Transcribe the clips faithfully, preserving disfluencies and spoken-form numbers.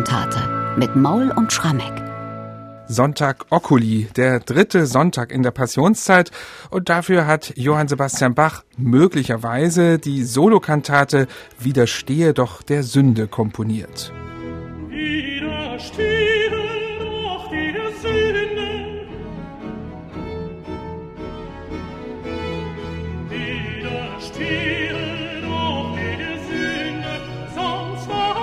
Solokantate mit Maul und Schrammeck. Sonntag Oculi, der dritte Sonntag in der Passionszeit, und dafür hat Johann Sebastian Bach möglicherweise die Solokantate Widerstehe doch der Sünde komponiert. Widerstehe doch der Sünde, widerstehe doch der Sünde, sonst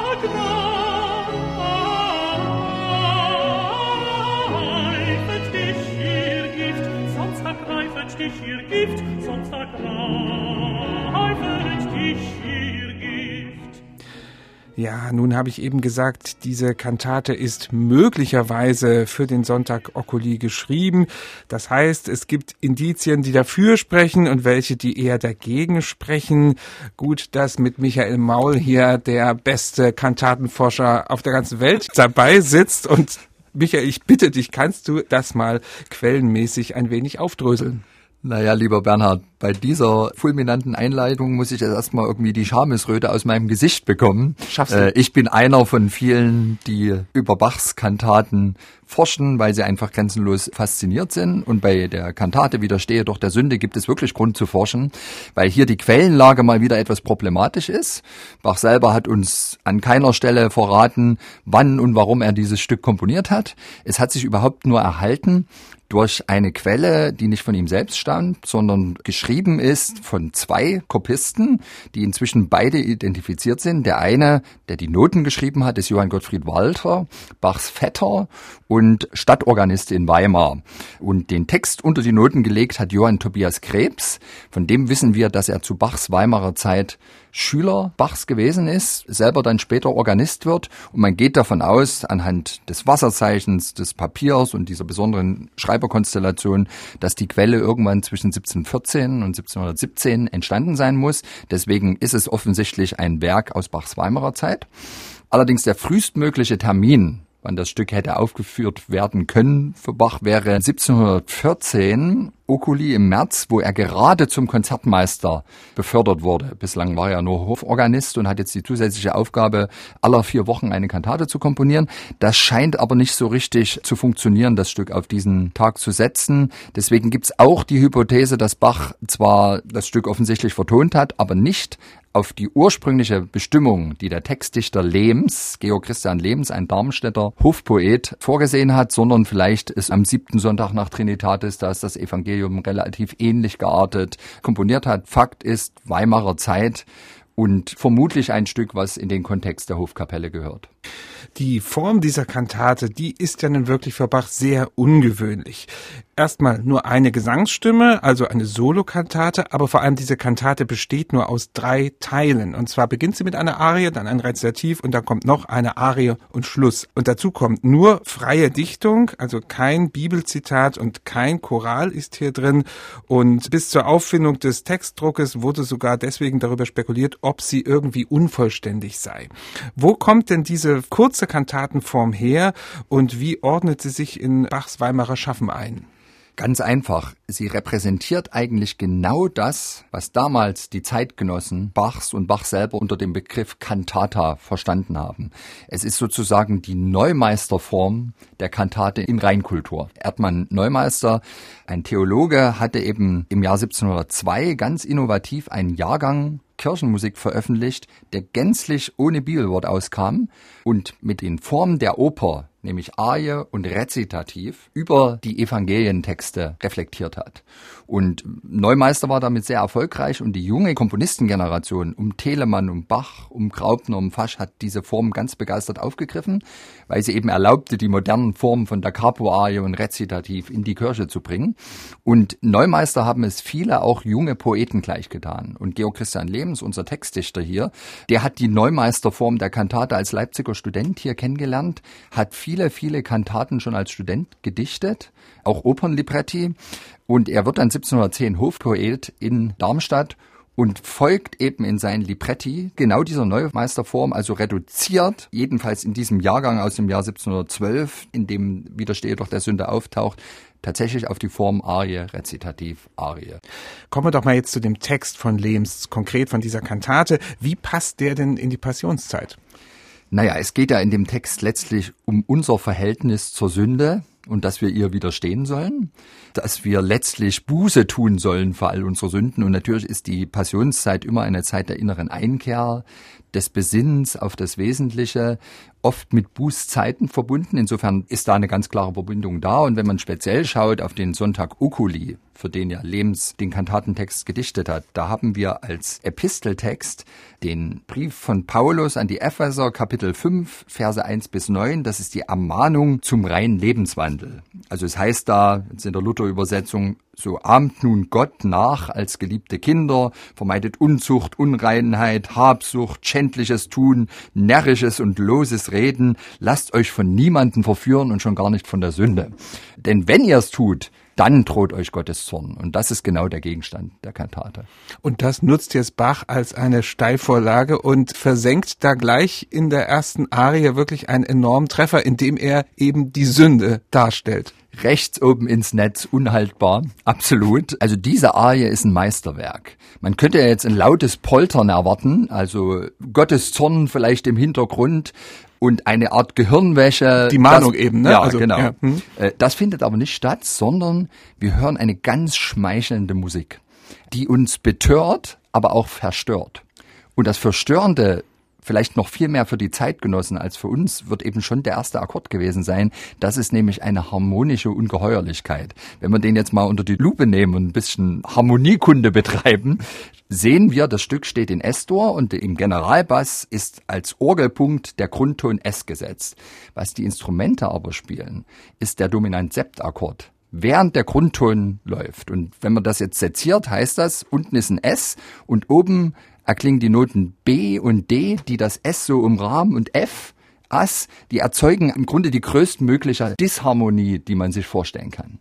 ergreifet dich ihr Gift, sonst ergreifet dich ihr Gift, sonst ergreifet dich ihr Gift. Ja, nun habe ich eben gesagt, diese Kantate ist möglicherweise für den Sonntag Oculi geschrieben. Das heißt, es gibt Indizien, die dafür sprechen und welche, die eher dagegen sprechen. Gut, dass mit Michael Maul hier der beste Kantatenforscher auf der ganzen Welt dabei sitzt. Und Michael, ich bitte dich, kannst du das mal quellenmäßig ein wenig aufdröseln? Naja, lieber Bernhard, bei dieser fulminanten Einleitung muss ich jetzt erstmal irgendwie die Schamesröte aus meinem Gesicht bekommen. Schaffst du? Äh, ich bin einer von vielen, die über Bachs Kantaten forschen, weil sie einfach grenzenlos fasziniert sind. Und bei der Kantate Widerstehe doch der Sünde gibt es wirklich Grund zu forschen, weil hier die Quellenlage mal wieder etwas problematisch ist. Bach selber hat uns an keiner Stelle verraten, wann und warum er dieses Stück komponiert hat. Es hat sich überhaupt nur erhalten durch eine Quelle, die nicht von ihm selbst stammt, sondern geschrieben ist von zwei Kopisten, die inzwischen beide identifiziert sind. Der eine, der die Noten geschrieben hat, ist Johann Gottfried Walther, Bachs Vetter und Stadtorganist in Weimar. Und den Text unter die Noten gelegt hat Johann Tobias Krebs. Von dem wissen wir, dass er zu Bachs Weimarer Zeit Schüler Bachs gewesen ist, selber dann später Organist wird. Und man geht davon aus, anhand des Wasserzeichens, des Papiers und dieser besonderen Schreiberkonstellation, dass die Quelle irgendwann zwischen siebzehnhundertvierzehn und siebzehnhundertsiebzehn entstanden sein muss. Deswegen ist es offensichtlich ein Werk aus Bachs Weimarer Zeit. Allerdings der frühestmögliche Termin, wann das Stück hätte aufgeführt werden können für Bach, wäre siebzehnhundertvierzehn, Oculi im März, wo er gerade zum Konzertmeister befördert wurde. Bislang war er nur Hoforganist und hat jetzt die zusätzliche Aufgabe, alle vier Wochen eine Kantate zu komponieren. Das scheint aber nicht so richtig zu funktionieren, das Stück auf diesen Tag zu setzen. Deswegen gibt es auch die Hypothese, dass Bach zwar das Stück offensichtlich vertont hat, aber nicht auf die ursprüngliche Bestimmung, die der Textdichter Lehms, Georg Christian Lehms, ein Darmstädter Hofpoet, vorgesehen hat, sondern vielleicht ist am siebten Sonntag nach Trinitatis, da ist das Evangelium relativ ähnlich geartet, komponiert hat. Fakt ist, Weimarer Zeit und vermutlich ein Stück, was in den Kontext der Hofkapelle gehört. Die Form dieser Kantate, die ist ja nun wirklich für Bach sehr ungewöhnlich. Erstmal nur eine Gesangsstimme, also eine Solokantate, aber vor allem diese Kantate besteht nur aus drei Teilen. Und zwar beginnt sie mit einer Arie, dann ein Rezitativ und dann kommt noch eine Arie und Schluss. Und dazu kommt nur freie Dichtung, also kein Bibelzitat und kein Choral ist hier drin. Und bis zur Auffindung des Textdruckes wurde sogar deswegen darüber spekuliert, ob sie irgendwie unvollständig sei. Wo kommt denn diese kurze Kantatenform her und wie ordnet sie sich in Bachs Weimarer Schaffen ein? Ganz einfach. Sie repräsentiert eigentlich genau das, was damals die Zeitgenossen Bachs und Bach selber unter dem Begriff Cantata verstanden haben. Es ist sozusagen die Neumeisterform der Kantate in Reinkultur. Erdmann Neumeister, ein Theologe, hatte eben im Jahr siebzehnhundertzwei ganz innovativ einen Jahrgang Kirchenmusik veröffentlicht, der gänzlich ohne Bibelwort auskam und mit den Formen der Oper, nämlich Arie und Rezitativ, über die Evangelientexte reflektiert hat. Und Neumeister war damit sehr erfolgreich und die junge Komponistengeneration um Telemann, um Bach, um Graupner, um Fasch hat diese Form ganz begeistert aufgegriffen, weil sie eben erlaubte, die modernen Formen von Da Capo-Arie und Rezitativ in die Kirche zu bringen. Und Neumeister haben es viele auch junge Poeten gleichgetan. Und Georg Christian Lehms, unser Textdichter hier, der hat die Neumeisterform der Kantate als Leipziger Student hier kennengelernt, hat viele, viele Kantaten schon als Student gedichtet, auch Opernlibretti. Und er wird dann siebzehnhundertzehn Hofpoet in Darmstadt und folgt eben in seinen Libretti genau dieser Neumeisterform, also reduziert, jedenfalls in diesem Jahrgang aus dem Jahr siebzehnhundertzwölf, in dem Widerstehe doch der Sünde auftaucht, tatsächlich auf die Form Arie, Rezitativ, Arie. Kommen wir doch mal jetzt zu dem Text von Lehms, konkret von dieser Kantate. Wie passt der denn in die Passionszeit? Naja, es geht ja in dem Text letztlich um unser Verhältnis zur Sünde und dass wir ihr widerstehen sollen, dass wir letztlich Buße tun sollen für all unsere Sünden. Und natürlich ist die Passionszeit immer eine Zeit der inneren Einkehr, des Besinnens auf das Wesentliche, oft mit Bußzeiten verbunden. Insofern ist da eine ganz klare Verbindung da. Und wenn man speziell schaut auf den Sonntag Oculi, für den ja Lehms den Kantatentext gedichtet hat, da haben wir als Episteltext den Brief von Paulus an die Epheser, Kapitel fünf, Verse eins bis neun. Das ist die Ermahnung zum reinen Lebenswandel. Also es heißt da, jetzt in der Luther-Übersetzung, so ahmt nun Gott nach als geliebte Kinder, vermeidet Unzucht, Unreinheit, Habsucht, schändliches Tun, närrisches und loses Reden. Lasst euch von niemandem verführen und schon gar nicht von der Sünde. Denn wenn ihr es tut, dann droht euch Gottes Zorn. Und das ist genau der Gegenstand der Kantate. Und das nutzt jetzt Bach als eine Steilvorlage und versenkt da gleich in der ersten Arie wirklich einen enormen Treffer, indem er eben die Sünde darstellt. Rechts oben ins Netz, unhaltbar, absolut. Also diese Arie ist ein Meisterwerk. Man könnte ja jetzt ein lautes Poltern erwarten, also Gottes Zorn vielleicht im Hintergrund und eine Art Gehirnwäsche. Die Mahnung das, eben, ne? Ja, also, genau. Ja, hm. Das findet aber nicht statt, sondern wir hören eine ganz schmeichelnde Musik, die uns betört, aber auch verstört. Und das Verstörende, vielleicht noch viel mehr für die Zeitgenossen als für uns, wird eben schon der erste Akkord gewesen sein. Das ist nämlich eine harmonische Ungeheuerlichkeit. Wenn wir den jetzt mal unter die Lupe nehmen und ein bisschen Harmoniekunde betreiben, sehen wir, das Stück steht in S-Dur und im Generalbass ist als Orgelpunkt der Grundton S gesetzt. Was die Instrumente aber spielen, ist der Dominant-Sept-Akkord, während der Grundton läuft. Und wenn man das jetzt seziert, heißt das, unten ist ein S und oben erklingen die Noten B und D, die das S so umrahmen, und F, Ass, die erzeugen im Grunde die größtmögliche Disharmonie, die man sich vorstellen kann.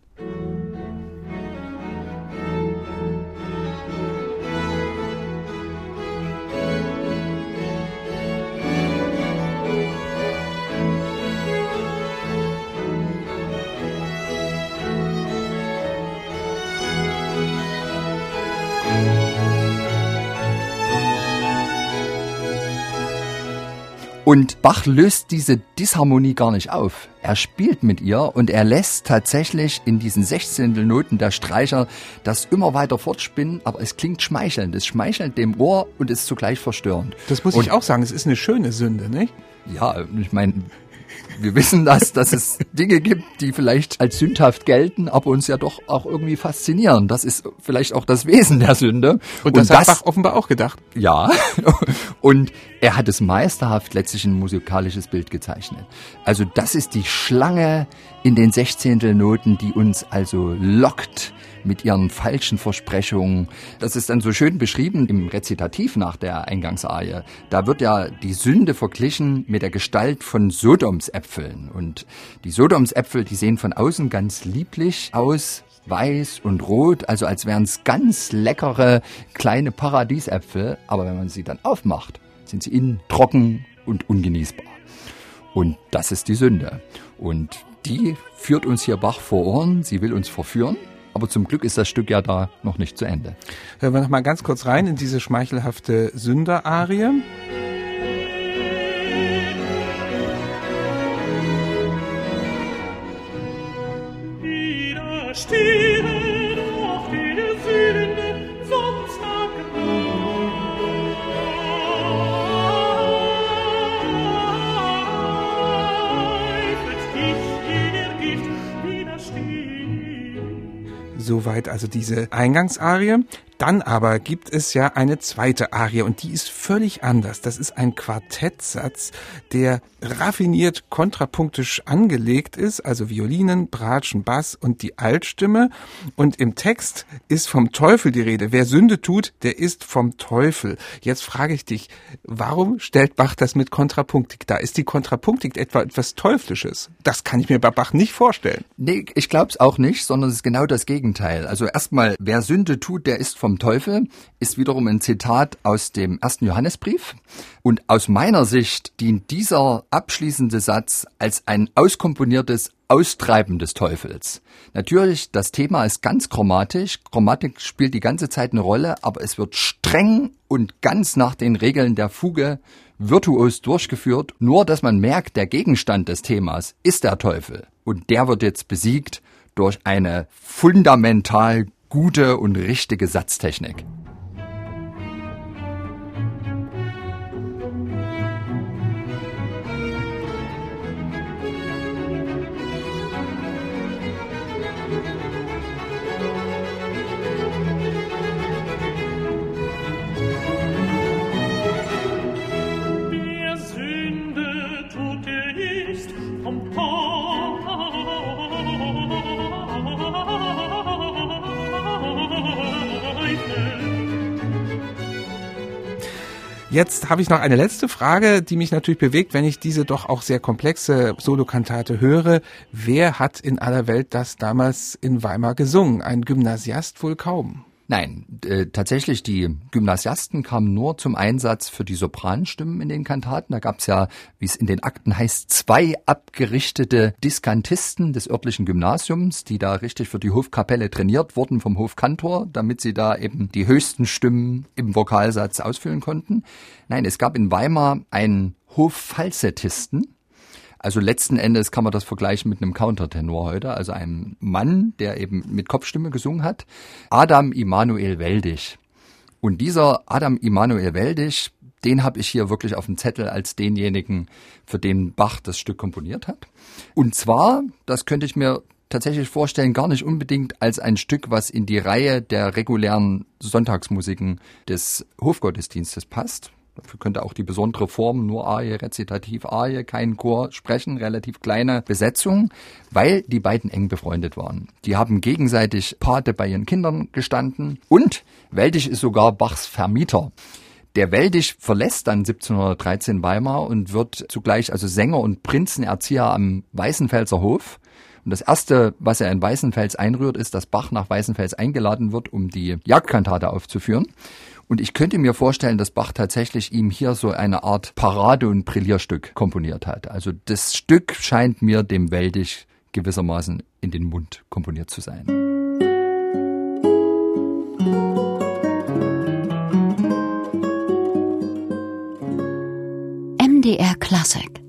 Und Bach löst diese Disharmonie gar nicht auf. Er spielt mit ihr und er lässt tatsächlich in diesen Sechzehntelnoten der Streicher das immer weiter fortspinnen, aber es klingt schmeichelnd. Es schmeichelt dem Ohr und ist zugleich verstörend. Das muss und, ich auch sagen, es ist eine schöne Sünde, nicht? Ja, ich meine, wir wissen das, dass es Dinge gibt, die vielleicht als sündhaft gelten, aber uns ja doch auch irgendwie faszinieren. Das ist vielleicht auch das Wesen der Sünde. Und das und hat das, Bach offenbar auch gedacht. Ja, und er hat es meisterhaft letztlich ein musikalisches Bild gezeichnet. Also das ist die Schlange in den Sechzehntelnoten, die uns also lockt mit ihren falschen Versprechungen. Das ist dann so schön beschrieben im Rezitativ nach der Eingangsarie. Da wird ja die Sünde verglichen mit der Gestalt von Sodomsäpfeln. Und die Sodomsäpfel, die sehen von außen ganz lieblich aus, weiß und rot, also als wären es ganz leckere kleine Paradiesäpfel. Aber wenn man sie dann aufmacht, sind sie innen trocken und ungenießbar. Und das ist die Sünde. Und die führt uns hier Bach vor Ohren. Sie will uns verführen. Aber zum Glück ist das Stück ja da noch nicht zu Ende. Hören wir noch mal ganz kurz rein in diese schmeichelhafte Sünderarie. Wieder stehen auf die Sünde, sonst ergreift dich ihr Gift, widerstehen. Soweit also diese Eingangsarie. Dann aber gibt es ja eine zweite Arie und die ist völlig anders. Das ist ein Quartettsatz, der raffiniert kontrapunktisch angelegt ist, also Violinen, Bratschen, Bass und die Altstimme. Und im Text ist vom Teufel die Rede. Wer Sünde tut, der ist vom Teufel. Jetzt frage ich dich, warum stellt Bach das mit Kontrapunktik dar? Ist die Kontrapunktik etwa etwas Teuflisches? Das kann ich mir bei Bach nicht vorstellen. Nee, ich glaube es auch nicht, sondern es ist genau das Gegenteil. Also erstmal, wer Sünde tut, der ist vom Teufel, ist wiederum ein Zitat aus dem ersten Johannesbrief. Und aus meiner Sicht dient dieser abschließende Satz als ein auskomponiertes Austreiben des Teufels. Natürlich, das Thema ist ganz chromatisch. Chromatik spielt die ganze Zeit eine Rolle, aber es wird streng und ganz nach den Regeln der Fuge virtuos durchgeführt. Nur, dass man merkt, der Gegenstand des Themas ist der Teufel. Und der wird jetzt besiegt durch eine fundamental gute und richtige Satztechnik. Wer Sünde tut, der ist vom Jetzt habe ich noch eine letzte Frage, die mich natürlich bewegt, wenn ich diese doch auch sehr komplexe Solokantate höre. Wer hat in aller Welt das damals in Weimar gesungen? Ein Gymnasiast wohl kaum. Nein, äh, tatsächlich, die Gymnasiasten kamen nur zum Einsatz für die Sopranstimmen in den Kantaten. Da gab es ja, wie es in den Akten heißt, zwei abgerichtete Diskantisten des örtlichen Gymnasiums, die da richtig für die Hofkapelle trainiert wurden vom Hofkantor, damit sie da eben die höchsten Stimmen im Vokalsatz ausfüllen konnten. Nein, es gab in Weimar einen Hoffalsettisten. Also letzten Endes kann man das vergleichen mit einem Countertenor heute, also einem Mann, der eben mit Kopfstimme gesungen hat, Adam Immanuel Weldig. Und dieser Adam Immanuel Weldig, den habe ich hier wirklich auf dem Zettel als denjenigen, für den Bach das Stück komponiert hat. Und zwar, das könnte ich mir tatsächlich vorstellen, gar nicht unbedingt als ein Stück, was in die Reihe der regulären Sonntagsmusiken des Hofgottesdienstes passt. Dafür könnte auch die besondere Form, nur Arie, Rezitativ, Arie, kein Chor sprechen, relativ kleine Besetzung, weil die beiden eng befreundet waren. Die haben gegenseitig Pate bei ihren Kindern gestanden und Weldig ist sogar Bachs Vermieter. Der Weldig verlässt dann siebzehnhundertdreizehn Weimar und wird zugleich also Sänger und Prinzenerzieher am Weißenfelser Hof. Und das Erste, was er in Weißenfels einrührt, ist, dass Bach nach Weißenfels eingeladen wird, um die Jagdkantate aufzuführen. Und ich könnte mir vorstellen, dass Bach tatsächlich ihm hier so eine Art Parade- und Brillierstück komponiert hat. Also das Stück scheint mir dem Weldig gewissermaßen in den Mund komponiert zu sein. M D R Klassik